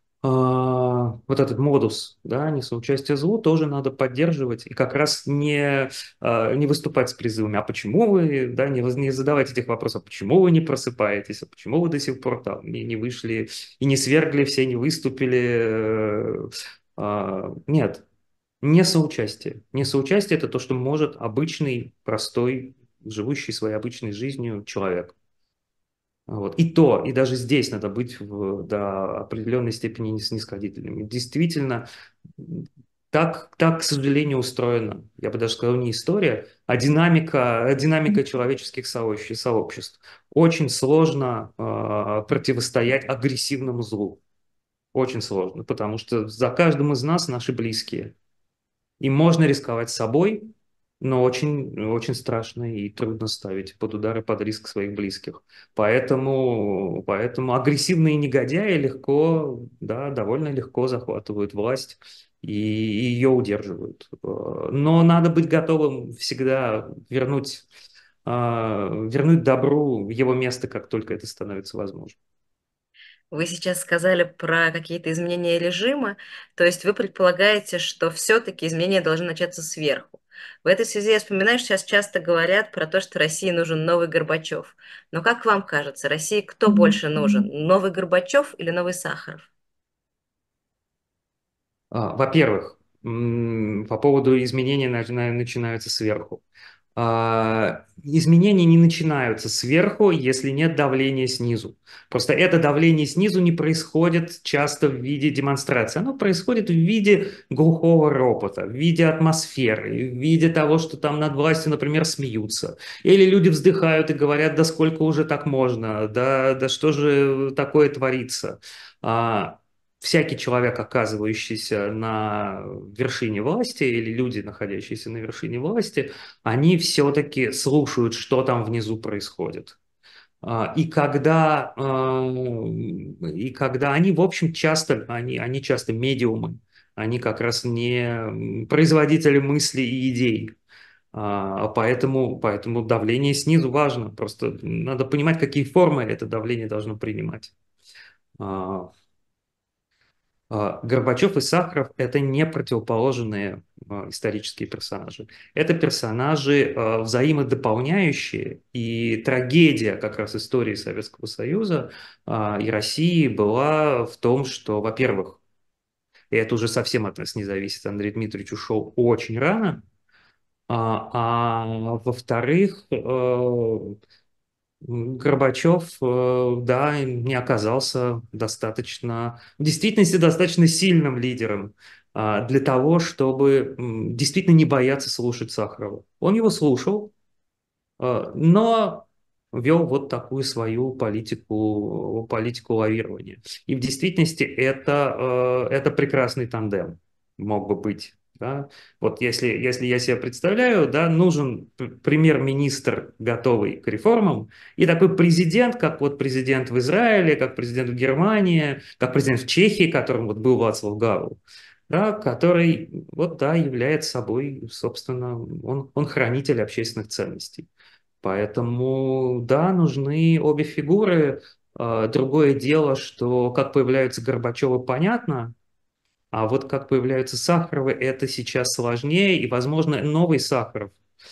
а, вот этот модус, да, несоучастия злу тоже надо поддерживать и как раз не, а, не выступать с призывами, а почему вы, да, не, воз- не задавать этих вопросов, а почему вы не просыпаетесь, а почему вы до сих пор там не, не вышли и не свергли все, не выступили. э, а, Нет, не соучастие. Не соучастие– это то, что может обычный, простой, живущий своей обычной жизнью человек. Вот. И то, и даже здесь надо быть в, до определенной степени не снисходительными. Действительно, так, так, к сожалению, устроена, я бы даже сказал, не история, а динамика, динамика человеческих сообществ. сообществ. Очень сложно э, противостоять агрессивному злу. Очень сложно, потому что за каждым из нас наши близкие. И можно рисковать собой, но очень, очень страшно и трудно ставить под удар и под риск своих близких. Поэтому, поэтому агрессивные негодяи легко, да, довольно легко захватывают власть и, и ее удерживают. Э, Но надо быть готовым всегда вернуть, а, вернуть добру его место, как только это становится возможно. Вы сейчас сказали про какие-то изменения режима, то есть вы предполагаете, что все-таки изменения должны начаться сверху. В этой связи я вспоминаю, что сейчас часто говорят про то, что России нужен новый Горбачев. Но как вам кажется, России кто больше нужен? Новый Горбачев или новый Сахаров? А, Во-первых, м, по поводу изменений начина- начинаются сверху. А, Изменения не начинаются сверху, если нет давления снизу. Просто это давление снизу не происходит часто в виде демонстрации. Оно происходит в виде глухого ропота, в виде атмосферы, в виде того, что там над властью, например, смеются. Или люди вздыхают и говорят, да сколько уже так можно, да, да что же такое творится. А, Всякий человек, оказывающийся на вершине власти, или люди, находящиеся на вершине власти, они все-таки слушают, что там внизу происходит. А, И когда, а, и когда они, в общем, часто, они, они часто медиумы, они как раз не производители мыслей и идей. А, Поэтому, поэтому давление снизу важно. Просто надо понимать, какие формы это давление должно принимать. А, А, Горбачев и Сахаров — это не противоположные а, исторические персонажи. Это персонажи а, взаимодополняющие, и трагедия как раз истории Советского Союза а, и России была в том, что, во-первых, и это уже совсем от нас не зависит, Андрей Дмитриевич ушел очень рано, а, а во-вторых, э, Горбачев, э, да, не оказался достаточно, в действительности достаточно сильным лидером а, для того, чтобы м, действительно не бояться слушать Сахарова. Он его слушал, э, но вел вот такую свою политику, политику лавирования. И в действительности это, э, это прекрасный тандем мог бы быть. Да? Вот если, если я себе представляю, да, нужен п- премьер-министр, готовый к реформам, и такой президент, как вот президент в Израиле, как президент в Германии, как президент в Чехии, которым вот был Вацлав Гавел, да, который вот, да, является собой, собственно, он, он хранитель общественных ценностей. Поэтому, да, нужны обе фигуры. А, Другое дело, что как появляются Горбачевы, понятно, а вот как появляются Сахаровы, это сейчас сложнее, и, возможно, новый Сахаров,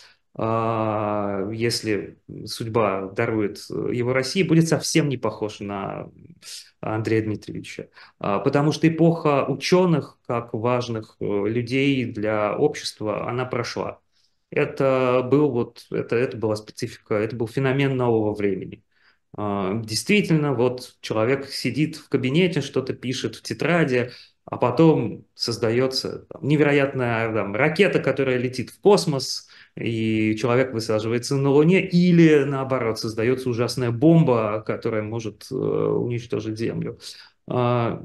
а, если судьба дарует его России, будет совсем не похож на Андрея Дмитриевича. А, Потому что эпоха ученых, как важных э, людей для общества, она прошла. Это был вот, это, это была специфика, это был феномен нового времени. А, Действительно, вот человек сидит в кабинете, что-то пишет в тетради, а потом создается там невероятная там, ракета, которая летит в космос, и человек высаживается на Луне, или наоборот, создается ужасная бомба, которая может э, уничтожить Землю. А,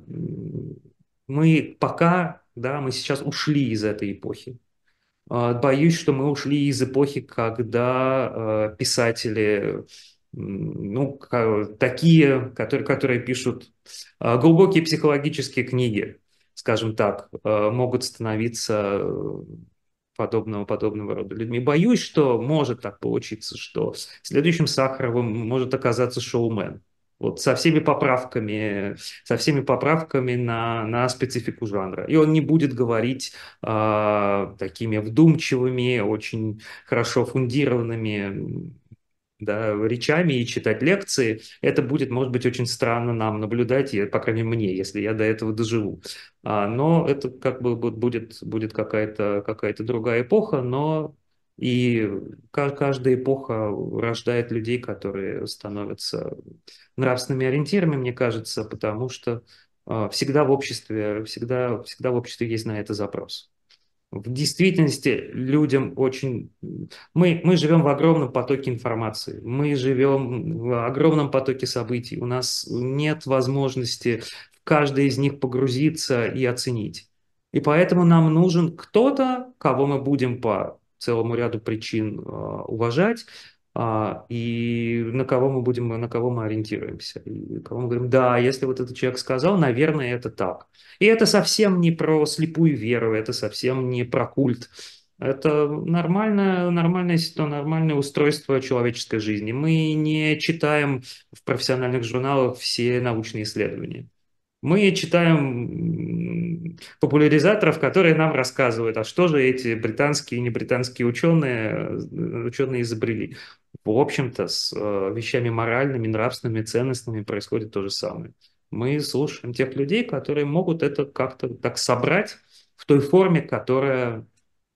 Мы пока, да, мы сейчас ушли из этой эпохи. А, Боюсь, что мы ушли из эпохи, когда э, писатели, м, ну, ка- такие, которые, которые пишут э, глубокие психологические книги, скажем так, э, могут становиться э, подобного, подобного рода людьми. Боюсь, что может так получиться, что следующим Сахаровым может оказаться шоумен. Вот со всеми поправками, со всеми поправками на, на специфику жанра. И он не будет говорить а, такими вдумчивыми, очень хорошо фундированными, да, речами и читать лекции. Это будет, может быть, очень странно нам наблюдать, и, по крайней мере, мне, если я до этого доживу. А, но это как бы вот будет, будет какая-то какая-то другая эпоха, но и ка- каждая эпоха рождает людей, которые становятся нравственными ориентирами, мне кажется, потому что а, всегда в обществе, всегда, всегда в обществе есть на это запрос. В действительности людям очень... Мы, мы живем в огромном потоке информации, мы живем в огромном потоке событий, у нас нет возможности в каждый из них погрузиться и оценить. И поэтому нам нужен кто-то, кого мы будем по целому ряду причин э, уважать, а, и на кого мы будем, на кого мы ориентируемся. И кого мы говорим, да, если вот этот человек сказал, наверное, это так. И это совсем не про слепую веру, это совсем не про культ. Это нормальное, нормальное, сито- нормальное устройство человеческой жизни. Мы не читаем в профессиональных журналах все научные исследования. Мы читаем м, популяризаторов, которые нам рассказывают, а что же эти британские и небританские ученые, э, ученые изобрели. В общем-то, с э, вещами моральными, нравственными, ценностными происходит то же самое. Мы слушаем тех людей, которые могут это как-то так собрать в той форме, которая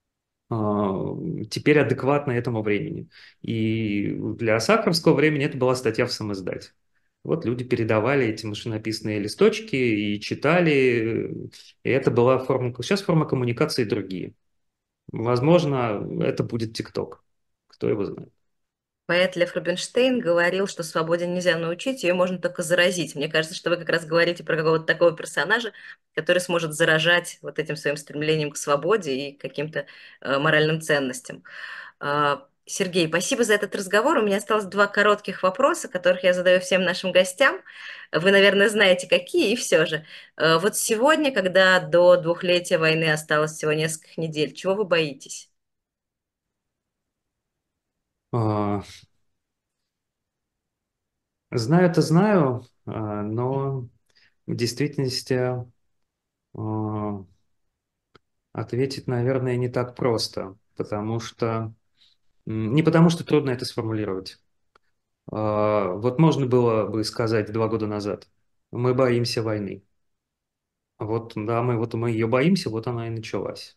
а, теперь адекватно этому времени. И для сахаровского времени это была статья в самоиздате. Вот люди передавали эти машинописные листочки и читали, и это была форма... Сейчас форма коммуникации другие. Возможно, это будет ТикТок. Кто его знает. Поэт Лев Рубинштейн говорил, что свободе нельзя научить, ее можно только заразить. Мне кажется, что вы как раз говорите про какого-то такого персонажа, который сможет заражать вот этим своим стремлением к свободе и к каким-то э, моральным ценностям. А, Сергей, спасибо за этот разговор. У меня осталось два коротких вопроса, которых я задаю всем нашим гостям. Вы, наверное, знаете, какие, и все же. Э, Вот сегодня, когда до двухлетия войны осталось всего несколько недель, чего вы боитесь? А, Знаю это знаю, а, но в действительности А, Ответить, наверное, не так просто, потому что... м, Не потому что трудно это сформулировать. А, Вот можно было бы сказать два года назад, мы боимся войны. Вот, да, мы, вот мы ее боимся, вот она и началась.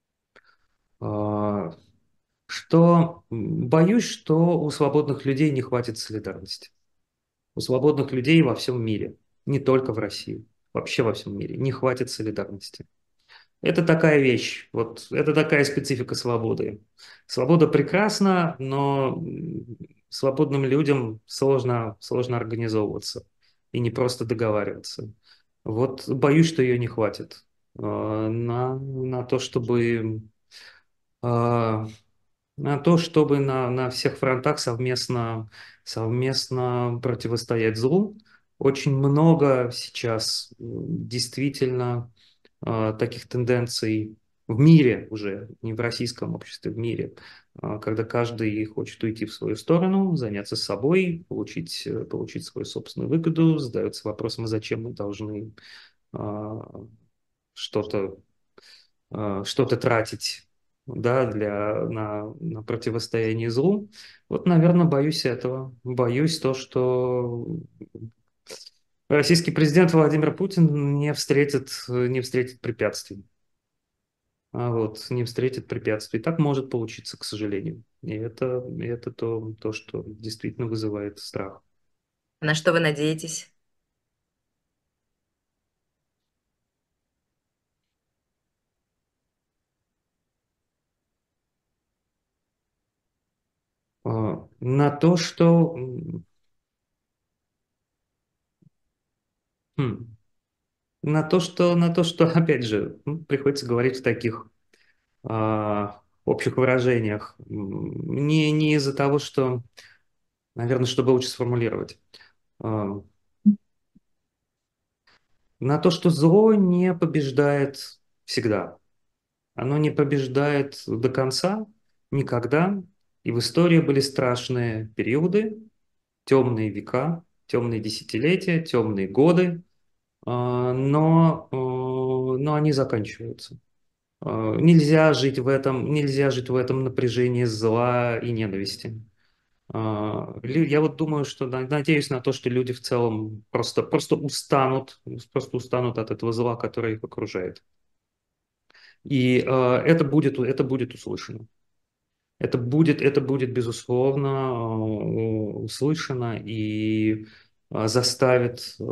А, Что м, боюсь, что у свободных людей не хватит солидарности. У свободных людей во всем мире, не только в России, вообще во всем мире, не хватит солидарности. Это такая вещь, вот это такая специфика свободы. Свобода прекрасна, но м, свободным людям сложно, сложно организовываться и не просто договариваться. Вот боюсь, что ее не хватит э, на, на то, чтобы э, на то, чтобы на, на всех фронтах совместно, совместно противостоять злу. Очень много сейчас м, действительно э, таких тенденций в мире уже, не в российском обществе, в мире, э, когда каждый хочет уйти в свою сторону, заняться собой, получить, э, получить свою собственную выгоду, задается вопросом, а зачем мы должны э, что-то э, что-то тратить, да, для, на, на противостояние злу. Вот, наверное, боюсь этого. Боюсь то, что российский президент Владимир Путин не встретит, не встретит препятствий. А вот, не встретит препятствий. Так может получиться, к сожалению. И это, и это то, то, что действительно вызывает страх. На что вы надеетесь? А, На то, что... хм, на то, что, на то, что, опять же, ну, приходится говорить в таких а, общих выражениях. М, Не, не из-за того, что, наверное, чтобы лучше сформулировать. А, на то, что зло не побеждает всегда. Оно не побеждает до конца, никогда. И в истории были страшные периоды, темные века, темные десятилетия, темные годы, а, но, э, но они заканчиваются. А, Нельзя жить в этом, нельзя жить в этом напряжении зла и ненависти. А, лю- Я вот думаю, что на- надеюсь на то, что люди в целом просто, просто устанут, просто устанут от этого зла, которое их окружает. И э, это будет, это будет услышано. Это будет, это будет безусловно э, услышано и э, заставит, э,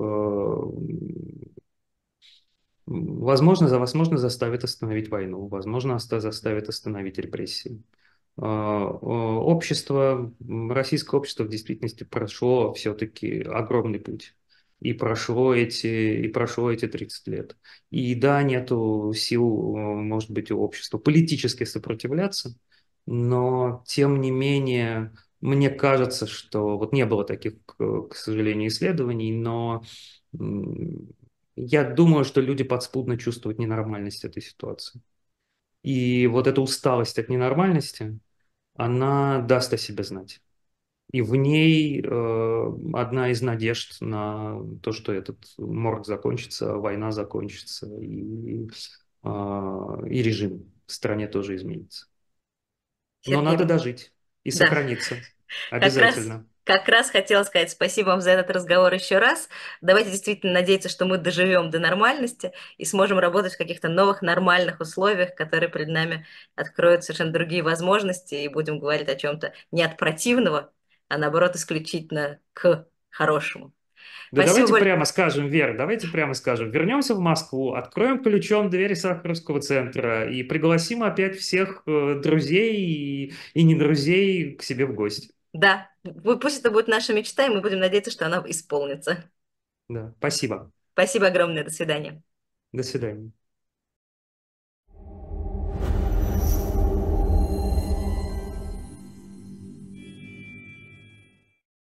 возможно, за, возможно, заставит остановить войну, возможно, оста- заставит остановить репрессии. Э, э, Общество, м, российское общество в действительности прошло все-таки огромный путь. И прошло эти, и прошло эти тридцать лет. И да, нету сил, э, может быть, у общества политически сопротивляться, но тем не менее, мне кажется, что вот не было таких, к, к сожалению, исследований, но м, я думаю, что люди подспудно чувствуют ненормальность этой ситуации. И вот эта усталость от ненормальности, она даст о себе знать. И в ней э, одна из надежд на то, что этот морг закончится, война закончится, и, э, и режим в стране тоже изменится. Но надо Сергей, дожить и да, сохраниться. как раз, Обязательно. как раз хотела сказать спасибо вам за этот разговор еще раз. Давайте действительно надеяться, что мы доживем до нормальности и сможем работать в каких-то новых нормальных условиях, которые перед нами откроют совершенно другие возможности, и будем говорить о чем-то не от противного, а наоборот исключительно к хорошему. Да Спасибо, давайте Боль. прямо скажем, Вер, давайте прямо скажем. Вернемся в Москву, откроем ключом двери Сахаровского центра и пригласим опять всех э, друзей и, и не друзей к себе в гости. Да, пу- пусть это будет наша мечта, и мы будем надеяться, что она исполнится. Да, спасибо. Спасибо огромное, до свидания. До свидания.